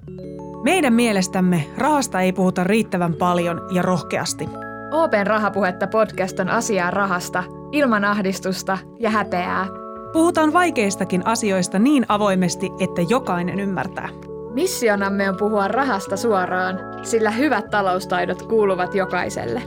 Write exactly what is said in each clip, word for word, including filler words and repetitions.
Meidän mielestämme rahasta ei puhuta riittävän paljon ja rohkeasti. Open Rahapuhetta podcast on asiaa rahasta, ilman ahdistusta ja häpeää. Puhutaan vaikeistakin asioista niin avoimesti, että jokainen ymmärtää. Missionamme on puhua rahasta suoraan, sillä hyvät taloustaidot kuuluvat jokaiselle.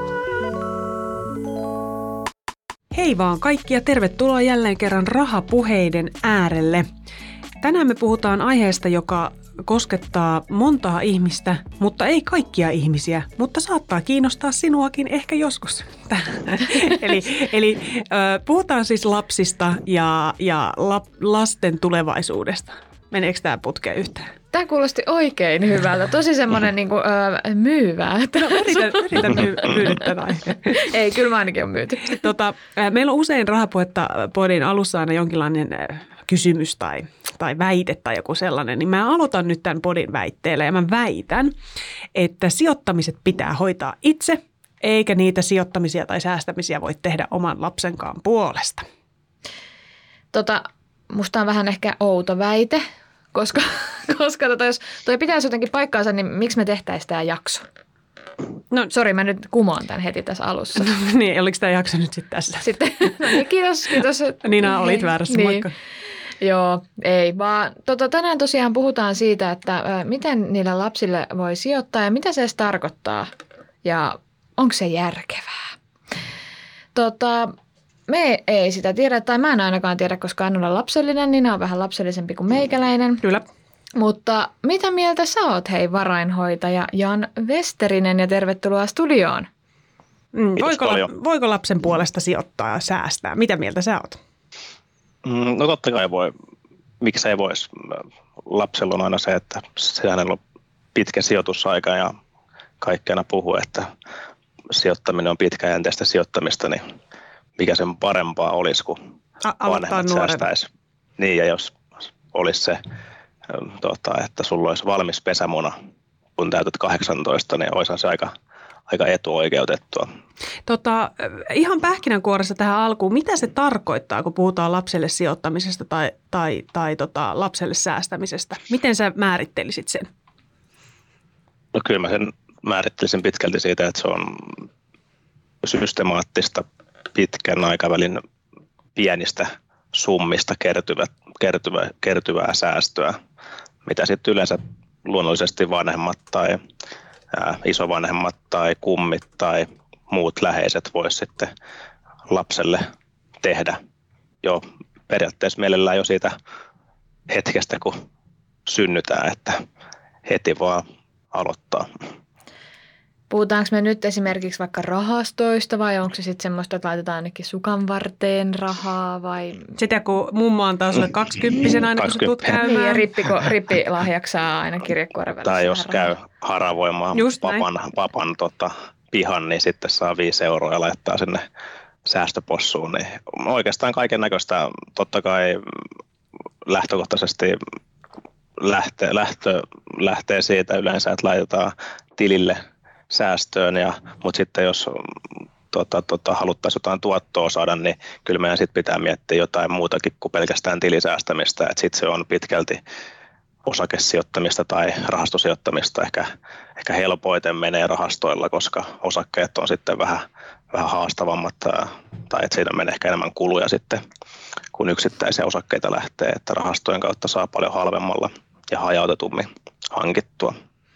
Hei vaan kaikki ja tervetuloa jälleen kerran Rahapuheiden äärelle. Tänään me puhutaan aiheesta, joka koskettaa montaa ihmistä, mutta ei kaikkia ihmisiä, mutta saattaa kiinnostaa sinuakin ehkä joskus. eli eli äh, puhutaan siis lapsista ja, ja lap, lasten tulevaisuudesta. Meneekö tämä putkeen yhtään? Tämä kuulosti oikein hyvältä. Tosi semmoinen niinku, öö, myyvää. No, yritän, yritän myy- myydä tämän aiheen. Ei, kyllä mä ainakin on myyty. Tota, meillä on usein Rahapuhetta podin alussa aina jonkinlainen kysymys tai, tai väite tai joku sellainen. Niin mä aloitan nyt tämän podin väitteellä ja mä väitän, että sijoittamiset pitää hoitaa itse, eikä niitä sijoittamisia tai säästämisiä voi tehdä oman lapsenkaan puolesta. Tota, musta on vähän ehkä outo väite. Koska, koska tota, jos toi pitäisi jotenkin paikkaansa, niin miksi me tehtäisiin tämä jakso? No, sori, mä nyt kumoan tämän heti tässä alussa. Niin, oliko tämä jakso nyt sitten tässä? Sitten, no niin, kiitos, kiitos. Niina, olit väärässä, niin. Moikka. Joo, ei, vaan tota, tänään tosiaan puhutaan siitä, että ä, miten niille lapsille voi sijoittaa ja mitä se edes tarkoittaa ja onko se järkevää. Tota... Me ei sitä tiedä, tai mä en ainakaan tiedä, koska en ole lapsellinen, niin on vähän lapsellisempi kuin meikäläinen. Kyllä. Mutta mitä mieltä sä oot, hei varainhoitaja Jan Westerinen, ja tervetuloa studioon. Mm, voiko, voiko lapsen puolesta sijoittaa ja säästää? Mitä mieltä sä oot? Mm, no totta kai voi. Miksi ei voisi? Lapsella on aina se, että se hänellä on pitkä sijoitusaika ja kaikki aina puhuu, että sijoittaminen on pitkäjänteistä sijoittamista, niin mikä sen parempaa olisi, kun A- vanhemmat säästäisi. Niin, ja jos olisi se, tota, että sulla olisi valmis pesämuna, kun täytät kahdeksantoista, niin olisi se aika, aika etuoikeutettua. Tota, ihan pähkinänkuoressa tähän alkuun, mitä se tarkoittaa, kun puhutaan lapselle sijoittamisesta tai, tai, tai tota, lapselle säästämisestä? Miten sä määrittelisit sen? No kyllä mä sen määrittelisin pitkälti siitä, että se on systemaattista, pitkän aikavälin pienistä summista kertyvä, kertyvä, kertyvää säästöä, mitä sitten yleensä luonnollisesti vanhemmat tai ää, isovanhemmat tai kummit tai muut läheiset vois sitten lapselle tehdä jo periaatteessa mielellään jo siitä hetkestä, kun synnytään, että heti vaan aloittaa. Puhutaanko me nyt esimerkiksi vaikka rahastoista vai onko se sitten semmoista, että laitetaan ainakin sukan varteen rahaa vai? Sitä kun mummo antaa sulle kaksikymppisen aina, kun sä tulet käymään. Niin, ja rippiko, rippilahjaksi saa aina kirjekuoren välissä. Tai jos käy haravoimaan papan, papan tota, pihan, niin sitten saa viisi euroa ja laittaa sinne säästöpossuun. Niin oikeastaan kaiken näköistä totta kai lähtökohtaisesti lähtee, lähtö, lähtee siitä yleensä, että laitetaan tilille säästöön, ja, mutta sitten jos tota, tota, haluttaisiin jotain tuottoa saada, niin kyllä meidän sitten pitää miettiä jotain muutakin kuin pelkästään tilisäästämistä, että sitten se on pitkälti osakesijoittamista tai rahastosijoittamista, ehkä, ehkä helpoiten menee rahastoilla, koska osakkeet on sitten vähän, vähän haastavammat, tai että siinä menee ehkä enemmän kuluja sitten, kun yksittäisiä osakkeita lähtee, että rahastojen kautta saa paljon halvemmalla ja hajautetummin hankittua.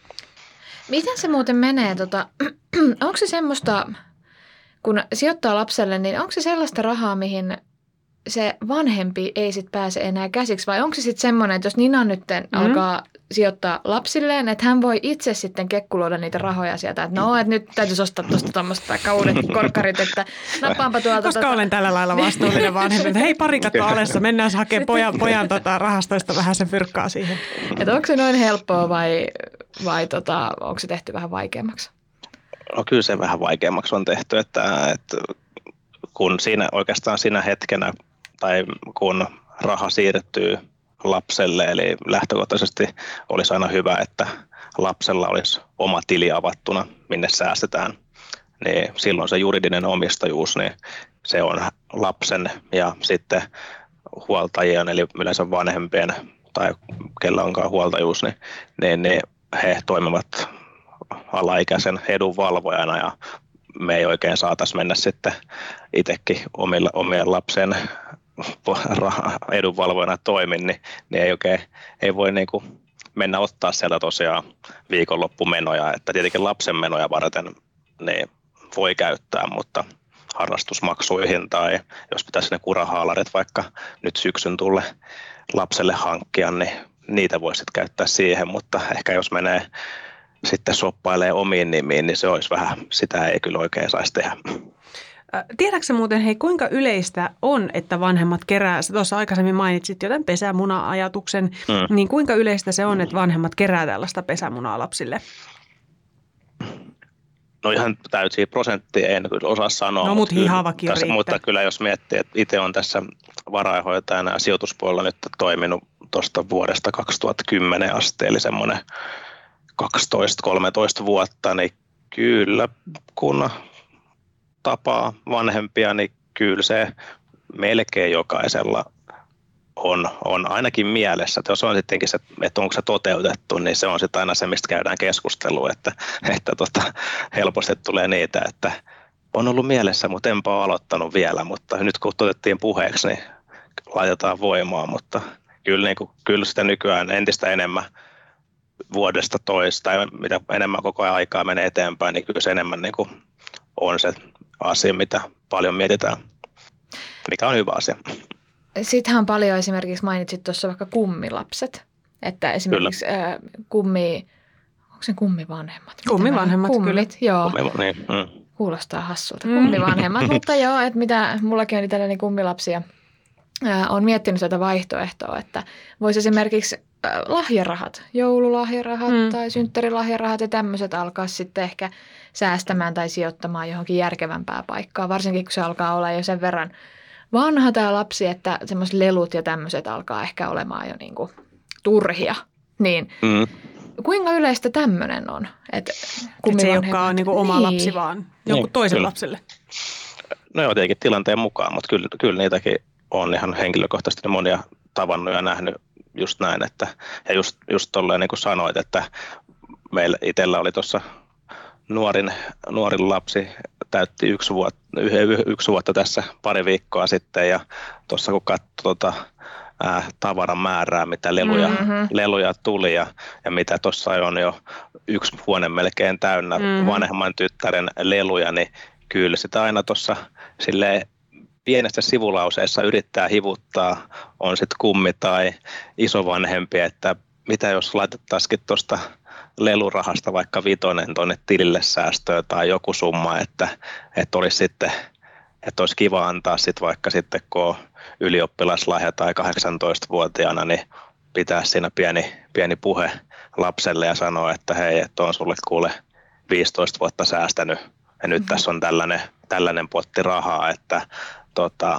Miten se muuten menee? Tota, onko se semmoista, kun sijoittaa lapselle, niin onko se sellaista rahaa, mihin se vanhempi ei sit pääse enää käsiksi? Vai onko se sitten semmoinen, että jos Nina nyt mm. alkaa sijoittaa lapsilleen, että hän voi itse sitten kekkuloida niitä rahoja sieltä, että no, että nyt täytyisi ostaa tuosta tuommoista vaikka uudet korkkarit, että nappaanpa tuolta. Koska tota... olen tällä lailla vastuullinen vanhempi, että hei parikatto alessa, mennään hakemaan pojan, pojan tota, rahastoista vähän se fyrkkaa siihen. Että onko se noin helppoa vai, vai tota, onko se tehty vähän vaikeammaksi? No kyllä se vähän vaikeammaksi on tehty, että, että kun siinä oikeastaan siinä hetkenä tai kun raha siirtyy lapselle, eli lähtökohtaisesti olisi aina hyvä, että lapsella olisi oma tili avattuna, minne säästetään, niin silloin se juridinen omistajuus, niin se on lapsen ja sitten huoltajien, eli yleensä vanhempien tai kellä onkaan huoltajuus, niin, niin, niin he toimivat alaikäisen edunvalvojana ja me ei oikein saataisiin mennä sitten itsekin omilla, omien lapsen edunvalvojana toimin, niin, niin ei oikein ei voi niin kuin mennä ottaa sieltä tosiaan viikonloppumenoja, että tietenkin lapsen menoja varten niin voi käyttää, mutta harrastusmaksuihin tai jos pitäisi ne kurahaalarit vaikka nyt syksyn tulle lapselle hankkia, niin niitä voisi sitten käyttää siihen, mutta ehkä jos menee sitten soppailee omiin nimiin, niin se olisi vähän, sitä ei kyllä oikein saisi tehdä. Tiedätkö muuten, hei, kuinka yleistä on, että vanhemmat kerää, sä tuossa aikaisemmin mainitsit jo tämän pesämuna-ajatuksen, mm. niin kuinka yleistä se on, että vanhemmat kerää tällaista pesämunaa lapsille? No ihan täysiä prosenttia en kyllä osaa sanoa. No mutta hihavakin tässä, mutta kyllä jos miettii, että itse olen tässä varainhoitajana ja sijoituspuolella nyt toiminut tuosta vuodesta kaksituhattakymmenen asti, eli semmoinen kaksitoista kolmetoista vuotta, niin kyllä kun tapaa vanhempia, niin kyllä se melkein jokaisella on, on ainakin mielessä. Että jos on sittenkin se, että onko se toteutettu, niin se on sitten aina se, mistä käydään keskustelua, että, että tota, helposti tulee niitä, että on ollut mielessä, mutta enpä ole aloittanut vielä, mutta nyt kun otettiin puheeksi, niin laitetaan voimaa, mutta kyllä, niin kuin, kyllä sitä nykyään entistä enemmän vuodesta toista tai mitä enemmän koko ajan aikaa menee eteenpäin, niin kyllä se enemmän niin kuin on se asia, mitä paljon mietitään, mikä on hyvä asia. Sittenhän on paljon esimerkiksi mainitsit tuossa vaikka kummilapset, että esimerkiksi äh, kummi, onko se kummivanhemmat? Kummivanhemmat, Kummit, kyllä. Joo. Kummi, niin, mm. Kuulostaa hassulta. Kummivanhemmat, mutta joo, että mitä mullakin on tällainen kummilapsi ja äh, on miettinyt tätä vaihtoehtoa, että voisi esimerkiksi äh, lahjarahat, joululahjarahat mm. tai synttärilahjarahat ja tämmöiset alkaa sitten ehkä säästämään tai sijoittamaan johonkin järkevämpää paikkaa, varsinkin kun se alkaa olla jo sen verran vanha tämä lapsi, että semmoiset lelut ja tämmöiset alkaa ehkä olemaan jo niinku turhia. Niin mm. kuinka yleistä tämmöinen on? Että et se ei olekaan niinku oma niin. lapsi, vaan jonkun niin, toisen kyllä. lapselle. No joo, tietenkin tilanteen mukaan, mutta kyllä, kyllä niitäkin on ihan henkilökohtaisesti monia tavannut ja nähnyt just näin. Että, ja just, just tolleen niin kuin sanoit, että meillä itsellä oli tuossa nuorin, nuorin lapsi, täytti yksi vuotta, yksi vuotta tässä pari viikkoa sitten ja tuossa kun katsoi tuota, ää, tavaran määrää, mitä leluja, mm-hmm. leluja tuli ja, ja mitä tuossa on jo yksi huone melkein täynnä mm-hmm. vanhemman tyttären leluja, niin kyllä sitä aina tuossa silleen pienessä sivulauseessa yrittää hivuttaa, on sitten kummi tai isovanhempi, että mitä jos laitettaisikin tuosta lelurahasta vaikka vitonen tuonne tilille säästöön tai joku summa, että, että olisi sitten, että olisi kiva antaa sitten vaikka sitten kun on ylioppilaslahja tai kahdeksantoistavuotiaana, niin pitää siinä pieni, pieni puhe lapselle ja sanoa, että hei, että on sulle kuule viisitoista vuotta säästänyt ja nyt mm-hmm. tässä on tällainen, tällainen potti rahaa, että tota,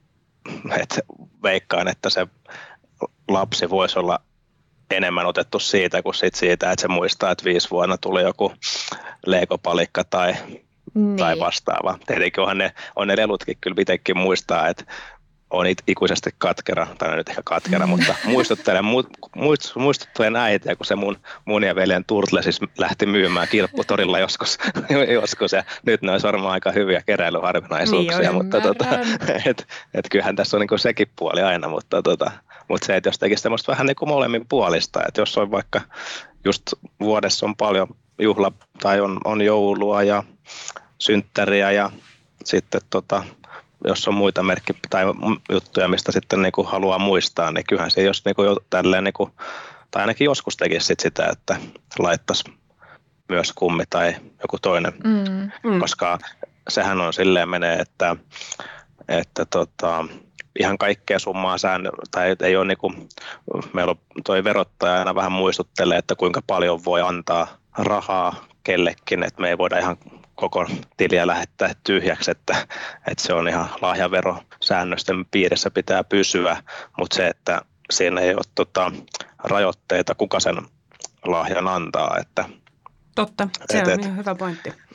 et veikkaan, että se lapsi voisi olla enemmän otettu siitä kuin sit siitä, että se muistaa, että viisi vuonna tuli joku leikopalikka tai, niin. tai vastaava. Tietenkin onhan ne, on ne lelutkin kyllä itsekin muistaa, että on ikuisesti katkera, tai nyt ehkä katkera, mutta muistuttelen, muist, muistuttelen äitiä, kun se mun, mun ja veljen Turtlesis lähti myymään kirpputorilla joskus, joskus ja nyt ne olisi varmaan aika hyviä keräilyharvinaisuuksia, niin mutta tota, et, et kyllähän tässä on niin kuin sekin puoli aina, mutta, tota, mutta se, että jos tekisi semmoista vähän niin kuin molemmin puolista, että jos on vaikka just vuodessa on paljon juhla tai on, on joulua ja synttäriä ja sitten tota, jos on muita merkki- tai juttuja, mistä sitten niinku haluaa muistaa, niin kyllähän se jos niinku jo tälleen, niinku, tai ainakin joskus tekisi sit sitä, että laittaisi myös kummi tai joku toinen, mm. Mm. koska sehän on silleen menee, että, että tota, ihan kaikkea summaa säännö, tai ei ole niinku, meillä on toi verottaja aina vähän muistuttelee, että kuinka paljon voi antaa rahaa kellekin, että me ei voida ihan koko tiliä lähettää tyhjäksi, että, että se on ihan lahjaverosäännösten piirissä pitää pysyä, mutta se, että siinä ei ole tota, rajoitteita, kuka sen lahjan antaa. Että, Totta, se et, on et, ihan hyvä pointti.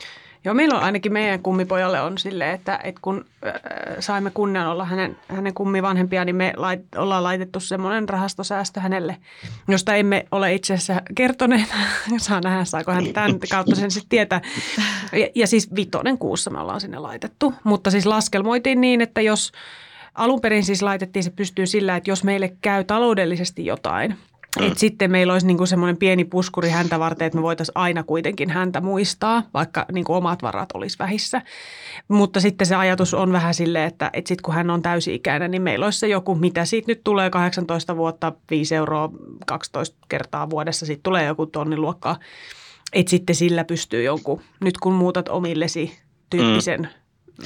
Joo, meillä on ainakin meidän kummipojalle on silleen, että, että kun äh, saimme kunnian olla hänen, hänen kummivanhempia, niin me lait, ollaan laitettu semmoinen rahastosäästö hänelle, josta emme ole itse asiassa kertoneet. Saa nähdä, saako hän tämän kautta sen sitten tietää. Ja, ja siis vitonen kuussa me ollaan sinne laitettu, mutta siis laskelmoitiin niin, että jos alun perin siis laitettiin se pystyy sillä, että jos meille käy taloudellisesti jotain, Mm. Että sitten meillä olisi niinku semmoinen pieni puskuri häntä varten, että me voitaisiin aina kuitenkin häntä muistaa, vaikka niinku omat varat olisi vähissä. Mutta sitten se ajatus on vähän silleen, että, että sitten kun hän on täysi-ikäinen, niin meillä olisi se joku, mitä siitä nyt tulee kahdeksantoista vuotta, viisi euroa, kaksitoista kertaa vuodessa, sitten tulee joku tonnin luokkaa. Että sitten sillä pystyy jonkun, nyt kun muutat omillesi tyyppisen mm.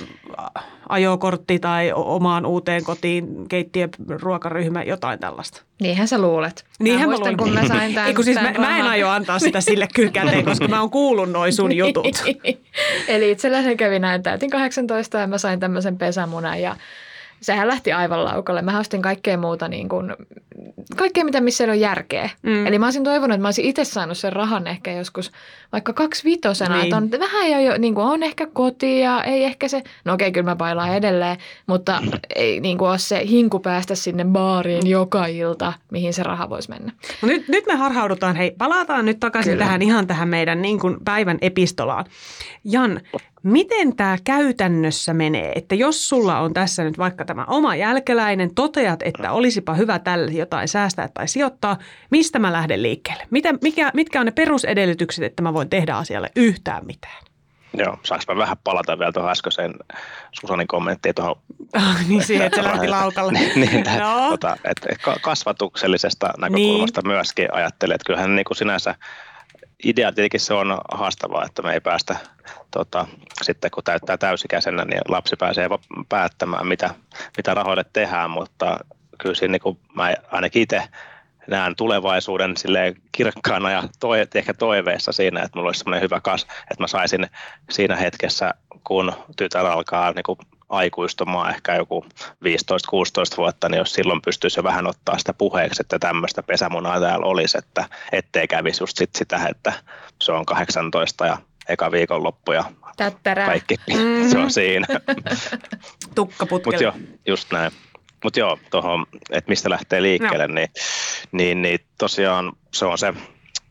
ajokortti tai omaan uuteen kotiin keittiöruokaryhmä, jotain tällaista. Niinhän sä luulet. Niinhän mä muistan, mä kun mä sain tämän. Eiku, siis mä, mä en aio antaa sitä sille kyllä käteen, koska mä oon kuullut noi sun jutut. Eli itselläni kävi näin, täytin kahdeksantoista ja mä sain tämmöisen pesämunan ja sehän lähti aivan laukalle. Mä ostin kaikkea muuta, niin kuin, kaikkea mitä missä ei ole järkeä. Mm. Eli mä olisin toivonut, että mä olisin itse saanut sen rahan ehkä joskus vaikka kaksivitosena. Niin. Että on vähän jo, niin kuin on ehkä koti ja ei ehkä se, no okei, kyllä mä bailaan edelleen, mutta ei niin kuin ole se hinku päästä sinne baariin joka ilta, mihin se raha voisi mennä. No nyt, nyt me harhaudutaan, hei, palataan nyt takaisin kyllä. tähän ihan tähän meidän niin kuin päivän epistolaan. Jan, miten tämä käytännössä menee, että jos sulla on tässä nyt vaikka tämä oma jälkeläinen, toteat, että olisipa hyvä tälle jotain säästää tai sijoittaa, mistä mä lähden liikkeelle? Mitä, mikä, mitkä on ne perusedellytykset, että mä voin tehdä asialle yhtään mitään? Joo, saanko mä vähän palata vielä tuohon äskeiseen Susanin kommenttiin tuohon. Ah, niin siihen, että se lähti laukalle. niin, no. tota, että kasvatuksellisesta näkökulmasta niin. myöskin ajattelee, että kyllähän niin kuin sinänsä idea tietenkin se on haastavaa, että me ei päästä, tota, sitten kun täyttää täysikäisenä, niin lapsi pääsee päättämään, mitä, mitä rahoille tehdään, mutta kyllä siinä niin kuin mä ainakin itse näen tulevaisuuden silleen kirkkaana ja toi, ehkä toiveessa siinä, että mulla olisi semmoinen hyvä kas, että mä saisin siinä hetkessä, kun tytär alkaa niin kuin aikuistumaan ehkä joku viisitoista kuusitoista vuotta, niin jos silloin pystyisi jo vähän ottaa sitä puheeksi, että tämmöistä pesämunaa täällä olisi, että ettei kävisi just sit sitä, että se on kahdeksantoista ja eka viikonloppu ja Tättärä. Kaikki, mm-hmm. se on siinä. Tukkaputkelle. Mutta joo, just näin. Mutta joo, tuohon, että mistä lähtee liikkeelle, no. niin, niin, niin tosiaan se on se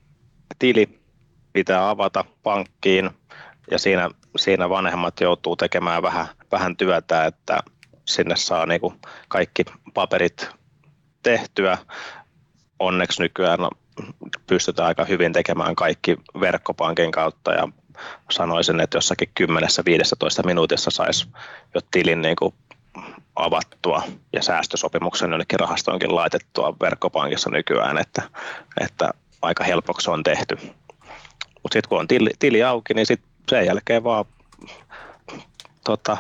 tili, pitää avata pankkiin ja siinä, siinä vanhemmat joutuu tekemään vähän, vähän työtä, että sinne saa niinku kaikki paperit tehtyä. Onneksi nykyään pystytään aika hyvin tekemään kaikki verkkopankin kautta ja sanoisin, että jossakin kymmenessä viidessätoista minuutissa saisi jo tilin niinku avattua ja säästösopimuksen jonnekin rahastoonkin laitettua verkkopankissa nykyään, että, että aika helpoksi on tehty. Mutta sitten kun on tili, tili auki, niin sit sen jälkeen vaan tota,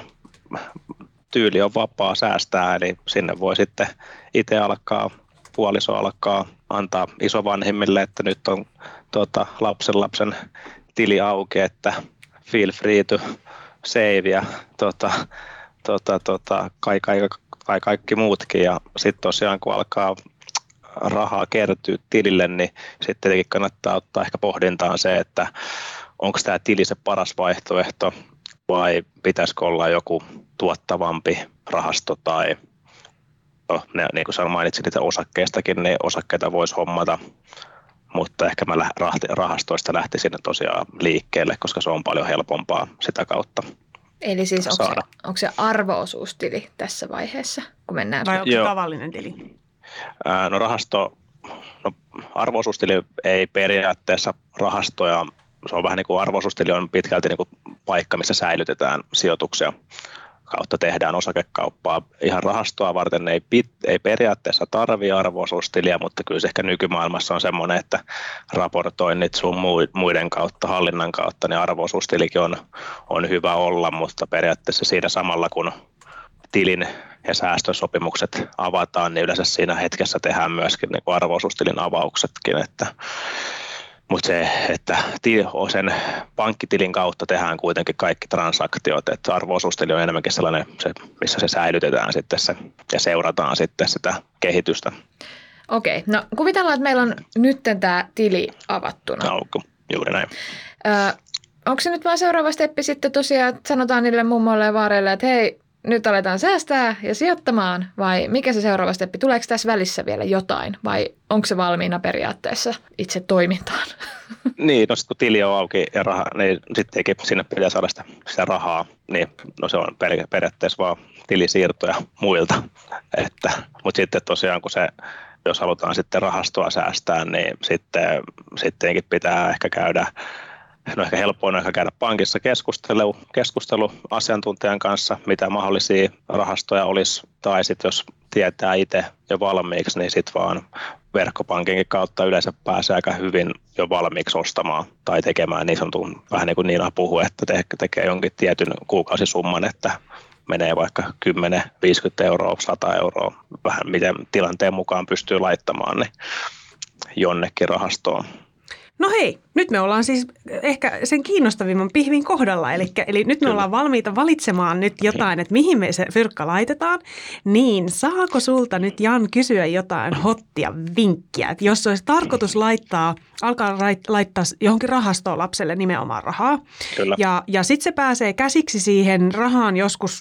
tyyli on vapaa säästää, eli sinne voi sitten itse alkaa, puoliso alkaa antaa isovanhemmille, että nyt on tota, lapsen lapsen tili auki, että feel free to save ja tota, tota, tota, kai, kai, kai, kaikki muutkin. Ja sitten tosiaan kun alkaa rahaa kertyä tilille, niin sitten tietenkin kannattaa ottaa ehkä pohdintaan se, että onko tämä tili se paras vaihtoehto vai pitäisikö olla joku tuottavampi rahasto tai no, ne, niin kuin sä mainitsin niitä osakkeistakin, niin osakkeita voisi hommata, mutta ehkä mä rahastoista lähtisin tosiaan liikkeelle, koska se on paljon helpompaa sitä kautta. Eli siis onko se, onko se arvo-osuustili tässä vaiheessa, kun mennään? Vai onko se tavallinen tili? Ää, no rahasto, no arvo-osuustili ei periaatteessa rahastoja, se on vähän niin kuin arvo-osuustili on pitkälti niin kuin paikka, missä säilytetään sijoituksia kautta tehdään osakekauppaa. Ihan rahastoa varten ei, pit, ei periaatteessa tarvitse arvo-osuustiliä, mutta kyllä se ehkä nykymaailmassa on semmoinen, että raportoinnit sun muiden kautta, hallinnan kautta, niin arvo-osuustilikin on, on hyvä olla, mutta periaatteessa siinä samalla kun tilin ja säästösopimukset avataan, niin yleensä siinä hetkessä tehdään myöskin niin kuin arvo-osuustilin avauksetkin, että mutta se, että sen pankkitilin kautta tehdään kuitenkin kaikki transaktiot, että arvo-osuustili on enemmänkin sellainen, se, missä se säilytetään sitten se, ja seurataan sitten sitä kehitystä. Okei, no kuvitellaan, että meillä on nyt tämä tili avattuna. No, juuri näin. Ö, onko se nyt vaan seuraava steppi sitten tosiaan, että sanotaan niille mummoille ja vaareille, että hei, nyt aletaan säästää ja sijoittamaan, vai mikä se seuraava steppi? Tuleeko tässä välissä vielä jotain, vai onko se valmiina periaatteessa itse toimintaan? Niin, no sitten kun tili on auki ja raha, niin sittenkin sinne pitää saada sitä, sitä rahaa, niin no se on per, periaatteessa vaan tilisiirtoja muilta. Että, mutta sitten tosiaan, kun se, jos halutaan sitten rahastoa säästää, niin sitten, sittenkin pitää ehkä käydä, no ehkä helppoin on ehkä käydä pankissa keskustelu, keskustelu asiantuntijan kanssa, mitä mahdollisia rahastoja olisi, tai sitten jos tietää itse jo valmiiksi, niin sitten vaan verkkopankinkin kautta yleensä pääsee aika hyvin jo valmiiksi ostamaan tai tekemään niin sanotun, vähän niin kuin Niina puhui, että te, tekee jonkin tietyn kuukausisumman, että menee vaikka kymmenen, viisikymmentä euroa, sata euroa, vähän miten tilanteen mukaan pystyy laittamaan niin jonnekin rahastoon. No hei, nyt me ollaan siis ehkä sen kiinnostavimman pihvin kohdalla, eli, eli nyt me Kyllä. ollaan valmiita valitsemaan nyt jotain, että mihin me se fyrkka laitetaan, niin saako sulta nyt Jan kysyä jotain hottia vinkkiä, että jos olisi tarkoitus laittaa, alkaa laittaa johonkin rahastoon lapselle nimenomaan rahaa, Kyllä. ja, ja sitten se pääsee käsiksi siihen rahaan joskus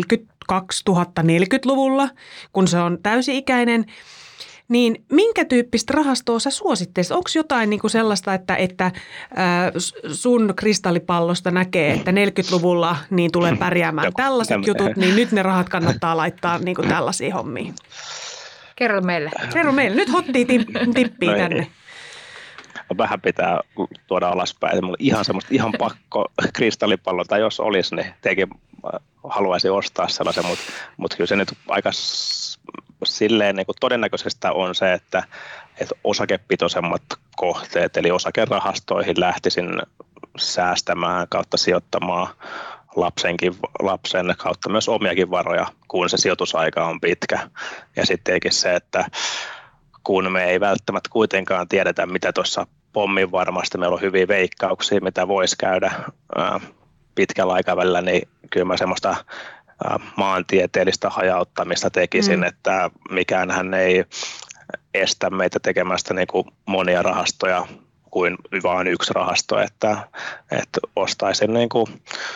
kaksituhattaneljäkymmentäluvulla, kun se on täysi-ikäinen, niin minkä tyyppistä rahastoa sä suosittelisit? Onko jotain niinku sellaista, että, että ää, sun kristallipallosta näkee, että neljäkymmentäluvulla niin tulee pärjäämään tällaiset jutut, niin nyt ne rahat kannattaa laittaa niinku tällaisiin hommiin? Kerro meille. Kerro meille. Nyt hottii tippii no tänne. Vähän pitää tuoda alaspäin. Mulla ihan semmoista ihan pakko kristallipallo, tai jos olisi, niin tekin haluaisin ostaa sellaisen, mutta, mutta kyllä se nyt aika silleen niin kuin todennäköisesti on se, että, että osakepitoisemmat kohteet, eli osakerahastoihin lähtisin säästämään kautta sijoittamaan lapsenkin, lapsen kautta myös omiakin varoja, kun se sijoitusaika on pitkä. Ja sittenkin se, että kun me ei välttämättä kuitenkaan tiedetä, mitä tuossa pommin varmasti, meillä on hyviä veikkauksia, mitä voisi käydä ää, pitkällä aikavälillä, niin kyllä mä semmoista maantieteellistä hajauttamista tekisin, mm. että mikäänhän ei estä meitä tekemästä niin kuin monia rahastoja kuin vain yksi rahasto, että, että ostaisin niin kuin,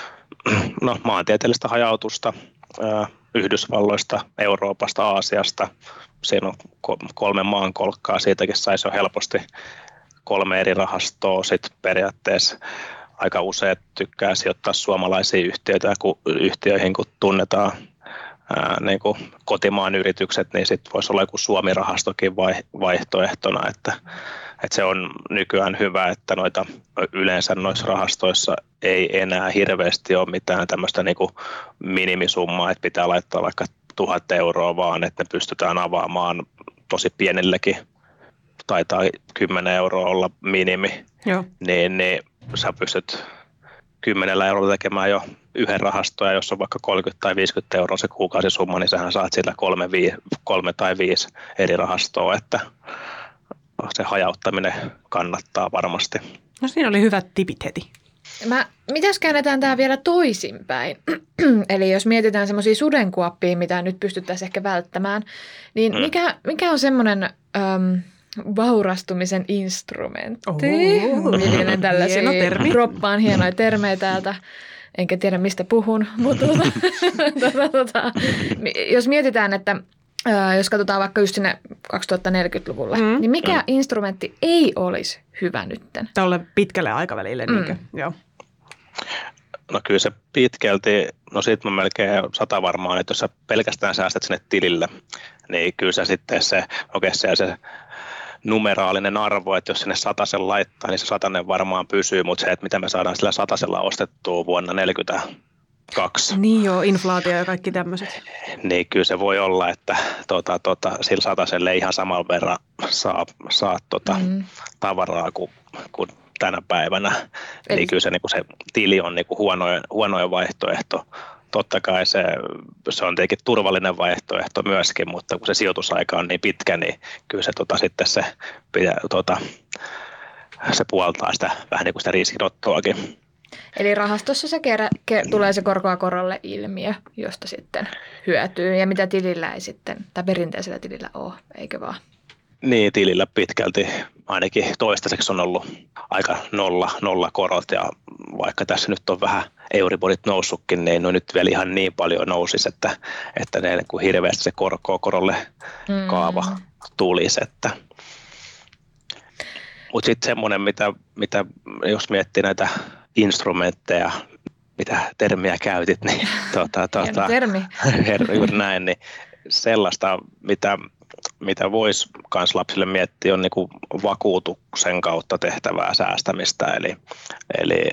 no, maantieteellistä hajautusta ää, Yhdysvalloista, Euroopasta, Aasiasta. Siinä on kolme maankolkkaa, siitäkin saisi jo helposti kolme eri rahastoa sit periaatteessa. Aika useat tykkää sijoittaa suomalaisiin yhtiöitä, kun yhtiöihin kun tunnetaan ää, niin kuin kotimaan yritykset, niin sitten voisi olla joku Suomi-rahastokin vaihtoehtona, että, että se on nykyään hyvä, että noita yleensä noissa rahastoissa ei enää hirveästi ole mitään tämmöistä niin kuin minimisummaa, että pitää laittaa vaikka tuhat euroa vaan, että ne pystytään avaamaan tosi pienilläkin, taitaa kymmenen euroa olla minimi, Joo. niin, niin sä pystyt kymmenellä eurolla tekemään jo yhden rahaston, ja jos on vaikka kolmekymmentä tai viisikymmentä euroa se kuukausisumma, niin sähän saat sillä kolme, vii, kolme tai viisi eri rahastoa, että se hajauttaminen kannattaa varmasti. No siinä oli hyvät tipit heti. Mä, mitäs käännetään tämä vielä toisinpäin? Eli jos mietitään semmoisia sudenkuoppia, mitä nyt pystyttäisiin ehkä välttämään, niin mm. mikä, mikä on semmoinen äm, vaurastumisen instrumentti? Mielen tällaisia kroppaan hienoja termejä täältä. Enkä tiedä, mistä puhun, mutta tuota, tuota, tuota, jos mietitään, että ää, jos katsotaan vaikka just sinne kaksituhattaneljäkymmentäluvulle, mm. niin mikä mm. instrumentti ei olisi hyvä nytten? Tälle pitkälle aikavälille, mm. niinkö? Joo. No kyllä se pitkälti, no siitä mä melkein sata varmaan, että jos sä pelkästään säästät sinne tilille, niin kyllä se sitten se, okei se, se numeraalinen arvo, että jos sinne satasen laittaa, niin se satanen varmaan pysyy, mutta se, että mitä me saadaan sillä satasella ostettua vuonna neljäkymmentäkaksi. Niin joo, inflaatio ja kaikki tämmöiset. Niin kyllä se voi olla, että tota, tota, sillä sataselle ihan samalla verran saa, saa tota, mm. tavaraa kuin, kuin tänä päivänä. Eli niin kyllä se, niin kuin se tili on niin kuin huonoin, huonoin vaihtoehto. Totta kai se, se on tietenkin turvallinen vaihtoehto myöskin, mutta kun se sijoitusaika on niin pitkä, niin kyllä se tota, sitten se, pitää, tota, se puoltaa sitä vähän niin kuin sitä riskinottoakin. Eli rahastossa se kerä, ke, tulee se korkoa korolle ilmiö, josta sitten hyötyy ja mitä tilillä ei sitten, tai perinteisellä tilillä ole, eikö vaan? Niin, tilillä pitkälti ainakin toistaiseksi on ollut aika nolla, nolla korot ja vaikka tässä nyt on vähän Euriborit noussutkin, niin no nyt vielä ihan niin paljon nousisi, että, että ne niin kuin hirveästi se korkoa korolle kaava mm. tulisi. Että. Mutta sitten semmoinen, mitä, mitä jos miettii näitä instrumentteja, mitä termiä käytit, niin tuota, tuota, termi. juuri näin, niin sellaista, mitä, mitä voisi kans lapsille miettiä, on niinku vakuutuksen kautta tehtävää säästämistä, eli, eli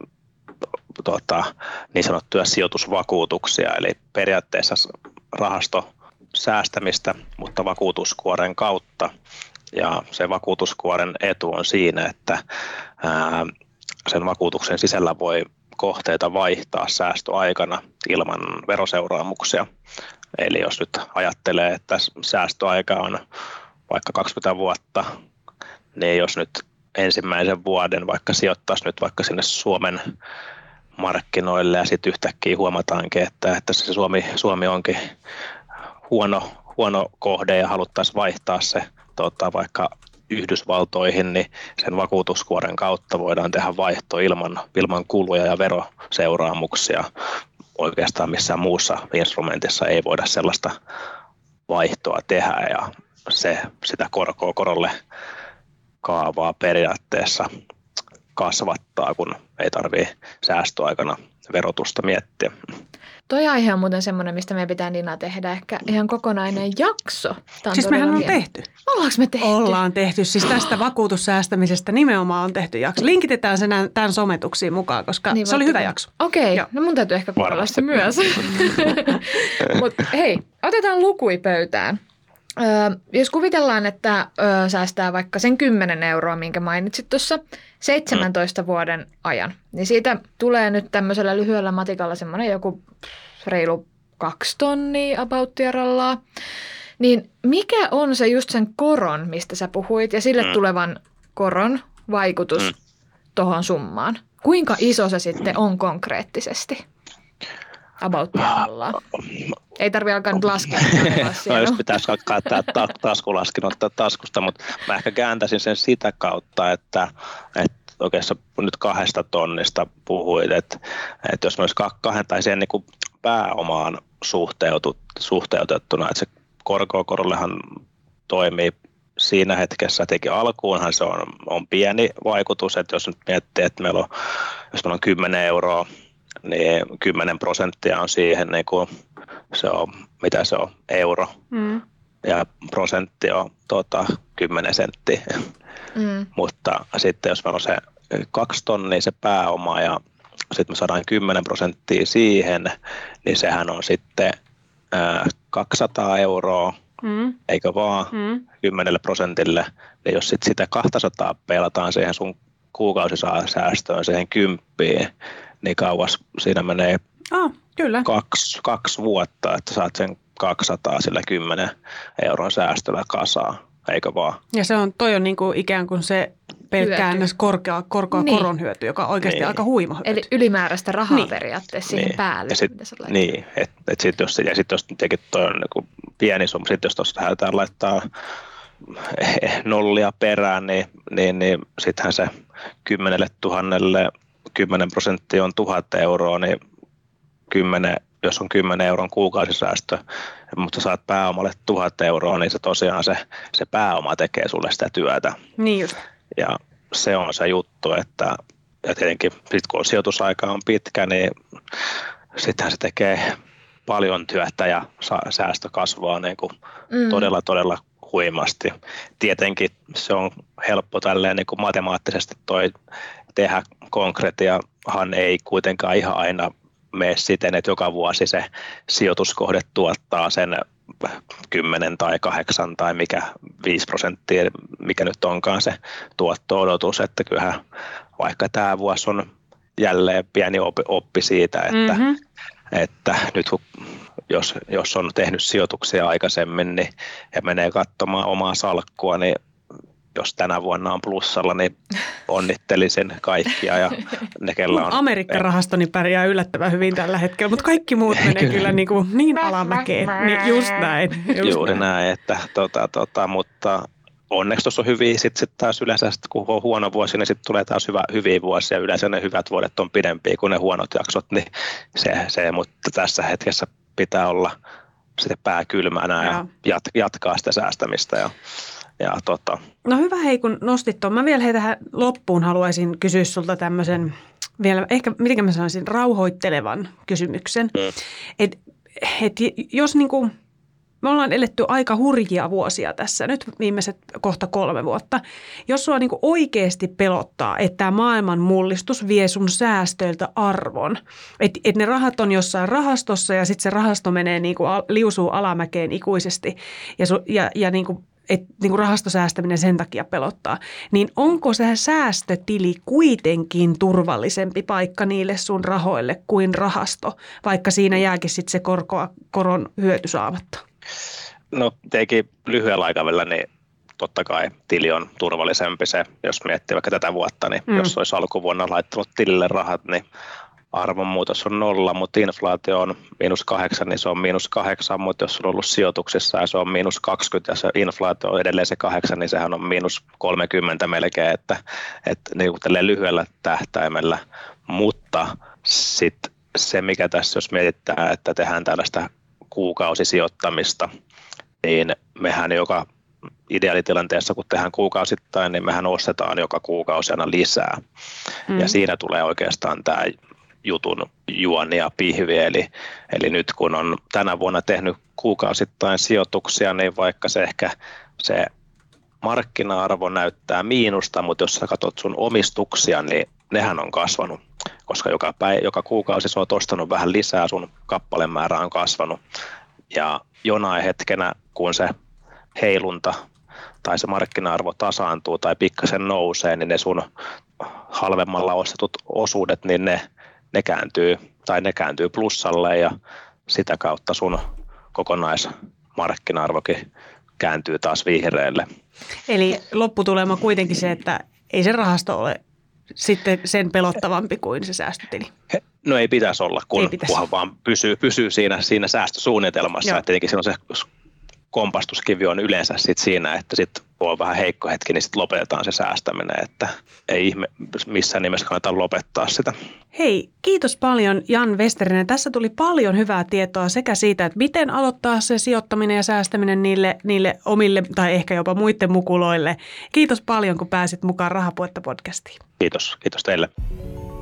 tuota, niin sanottuja sijoitusvakuutuksia, eli periaatteessa rahastosäästämistä, mutta vakuutuskuoren kautta. Ja se vakuutuskuoren etu on siinä, että ää, sen vakuutuksen sisällä voi kohteita vaihtaa säästöaikana ilman veroseuraamuksia. Eli jos nyt ajattelee, että säästöaika on vaikka kaksikymmentä vuotta, niin jos nyt ensimmäisen vuoden vaikka sijoittaisi nyt vaikka sinne Suomen markkinoille ja sitten yhtäkkiä huomataankin, että, että se Suomi, Suomi onkin huono, huono kohde ja haluttaisiin vaihtaa se tota, vaikka Yhdysvaltoihin, niin sen vakuutuskuoren kautta voidaan tehdä vaihto ilman, ilman kuluja ja veroseuraamuksia. Oikeastaan missään muussa instrumentissa ei voida sellaista vaihtoa tehdä ja se sitä korkoa korolle kaavaa periaatteessa kasvattaa, kun ei tarvitse säästöaikana verotusta miettiä. Toi aihe on muuten semmoinen, mistä meidän pitää Nina tehdä ehkä ihan kokonainen jakso. Siis mehän on tehty. Ollaanko me tehty? Ollaan tehty. Siis tästä vakuutussäästämisestä nimenomaan on tehty jakso. Linkitetään se tämän sometuksiin mukaan, koska niin, se oli hyvä jakso. Okei, okay. No mun täytyy ehkä kuulla se myös. Mutta hei, otetaan lukui pöytään. Öö, jos kuvitellaan, että öö, säästää vaikka sen kymmenen euroa, minkä mainitsit tuossa, seitsemäntoista mm. vuoden ajan, niin siitä tulee nyt tämmöisellä lyhyellä matikalla semmoinen joku reilu kaksi tonnia about-tierallaa. Niin mikä on se just sen koron, mistä sä puhuit, ja sille mm. tulevan koron vaikutus mm. tuohon summaan? Kuinka iso se sitten on konkreettisesti? About-tierallaa. Ei tarvitse alkaa nyt laskea. No jos pitäisi alkaa tämä taskulaskin ottaa taskusta, mutta mä ehkä kääntäisin sen sitä kautta, että, että oikeastaan nyt kahdesta tonnista puhuit, että, että jos me olisi kahden tai sen niin kuin pääomaan suhteutettuna, että se korko-korollehan toimii siinä hetkessä, teki alkuunhan se on, on pieni vaikutus, että jos nyt miettii, että meillä on, jos meillä on kymmenen euroa, niin kymmenen prosenttia on siihen, niin kuin se on, mitä se on, euro. Mm. Ja prosentti on tota, kymmenen senttiä. Mm. Mutta sitten jos meillä on se kaksi tonnia se pääoma ja sitten me saadaan kymmenen prosenttia siihen, niin sehän on sitten ää, kaksisataa euroa, mm. eikö vaan, mm. kymmenelle prosentille. Ja jos sit sitä kaksisataa peilataan siihen sun kuukausisäästöön, siihen kymppiin, niin kauas siinä menee oh, kyllä. Kaksi, kaksi vuotta, että saat sen kaksisataa sillä kymmenen euron säästöllä kasaan, eikö vaan? Ja se on, toi on niin kuin ikään kuin se pelkkää korkea, korkoa niin. koron hyöty, joka on oikeasti niin. aika huima hyöty. Eli ylimääräistä rahaa niin. periaatteessa siihen niin. päälle. Ja sit, niin, että et sitten jos, ja sit jos tietenkin toi on niin kuin pieni summa, sitten jos tuossa lähdetään laittaa nollia perään, niin, niin, niin sittenhän se kymmenelle tuhannelle kymmenen prosenttia on tuhat euroa, niin kymmenen, jos on kymmenen euron kuukausisäästö, mutta saat pääomalle tuhat euroa, niin se tosiaan se, se pääoma tekee sulle sitä työtä. Niin just. Ja se on se juttu, että ja tietenkin sit kun sijoitusaika on pitkä, niin sittenhän se tekee paljon työtä ja säästö kasvaa niin kuin mm. todella, todella huimasti. Tietenkin se on helppo tälleen niin kuin matemaattisesti toi tehdä. Konkretiahan ei kuitenkaan ihan aina mene siten, että joka vuosi se sijoituskohde tuottaa sen kymmenen tai kahdeksan tai mikä viisi prosenttia, mikä nyt onkaan se tuotto-odotus, että kyllähän vaikka tämä vuosi on jälleen pieni oppi, oppi siitä, että, mm-hmm. että nyt jos, jos on tehnyt sijoituksia aikaisemmin niin, ja menee katsomaan omaa salkkua, niin jos tänä vuonna on plussalla, niin onnittelisin kaikkia. Ja ne, kellä on Amerikka-rahastoni pärjää yllättävän hyvin tällä hetkellä, mutta kaikki muut menee kyllä niin, kuin niin alamäkeen. Niin just näin. Just Juuri näin, näin että, tota, tota, mutta onneksi tuossa on hyviä, sitten sit taas yleensä, sit kun on huono vuosi, niin sitten tulee taas hyvä, hyviä vuosia. Yleensä ne hyvät vuodet on pidempiä kuin ne huonot jaksot, niin se, se mutta tässä hetkessä pitää olla sitten pää kylmänä ja, ja jat, jatkaa sitä säästämistä. Ja, ja tota. No hyvä hei, kun nostit tuon. Mä vielä hei tähän loppuun haluaisin kysyä sulta tämmöisen vielä, ehkä miten mä sanoisin, rauhoittelevan kysymyksen. Mm. Että et, jos niinku me ollaan eletty aika hurjia vuosia tässä, nyt viimeiset kohta kolme vuotta. Jos sua niin kuin oikeasti pelottaa, että tämä maailman mullistus vie sun säästöiltä arvon, että et ne rahat on jossain rahastossa ja sitten se rahasto menee niin kuin liusuu alamäkeen ikuisesti ja, su, ja, ja niin kuin, et, niin kuin rahastosäästäminen sen takia pelottaa, niin onko se säästötili kuitenkin turvallisempi paikka niille sun rahoille kuin rahasto, vaikka siinä jääkin sitten se korkoa, koron hyöty saamatta? No teikin lyhyellä aikavälillä, niin totta kai tili on turvallisempi se, jos miettii vaikka tätä vuotta, niin mm. jos olisi alkuvuonna laittanut tilille rahat, niin arvonmuutos on nolla, mutta inflaatio on miinus kahdeksan, niin se on miinus kahdeksan, mutta jos on ollut sijoituksissa ja se on miinus kaksikymmentä ja se inflaatio on edelleen se kahdeksan, niin sehän on miinus kolmekymmentä melkein, että, että niin kuin tälleen lyhyellä tähtäimellä, mutta sitten se mikä tässä, jos mietitään, että tehdään tällaista kuukausisijoittamista, niin mehän joka ideaalitilanteessa, kun tehdään kuukausittain, niin mehän ostetaan joka kuukausi aina lisää. Mm. Ja siinä tulee oikeastaan tämä jutun juoni ja pihvi. Eli, eli nyt kun on tänä vuonna tehnyt kuukausittain sijoituksia, niin vaikka se ehkä se markkina-arvo näyttää miinusta, mutta jos sä katsot sun omistuksia, niin nehän on kasvanut. Koska joka, päivä, joka kuukausi sä oot ostanut vähän lisää, sun kappalemäärä on kasvanut. Ja jonain hetkenä, kun se heilunta tai se markkina-arvo tasaantuu tai pikkasen nousee, niin ne sun halvemmalla ostetut osuudet, niin ne, ne, kääntyy, tai ne kääntyy plussalle ja sitä kautta sun kokonaismarkkina-arvokin kääntyy taas vihreälle. Eli lopputulema kuitenkin se, että ei se rahasto ole sitten sen pelottavampi kuin se säästötili. No ei pitäisi olla, kun pitäisi. Kunhan vaan pysyy, pysyy siinä, siinä säästösuunnitelmassa. Että tietenkin silloin se kompastuskivi on yleensä sit siinä, että sitten on vähän heikko hetki, niin sitten lopetetaan se säästäminen. Että ei ihme, missään nimessä kannata lopettaa sitä. Hei, kiitos paljon Jan Westerinen. Tässä tuli paljon hyvää tietoa sekä siitä, että miten aloittaa se sijoittaminen ja säästäminen niille, niille omille tai ehkä jopa muiden mukuloille. Kiitos paljon, kun pääsit mukaan Rahapuhetta podcastiin. Kiitos, kiitos teille.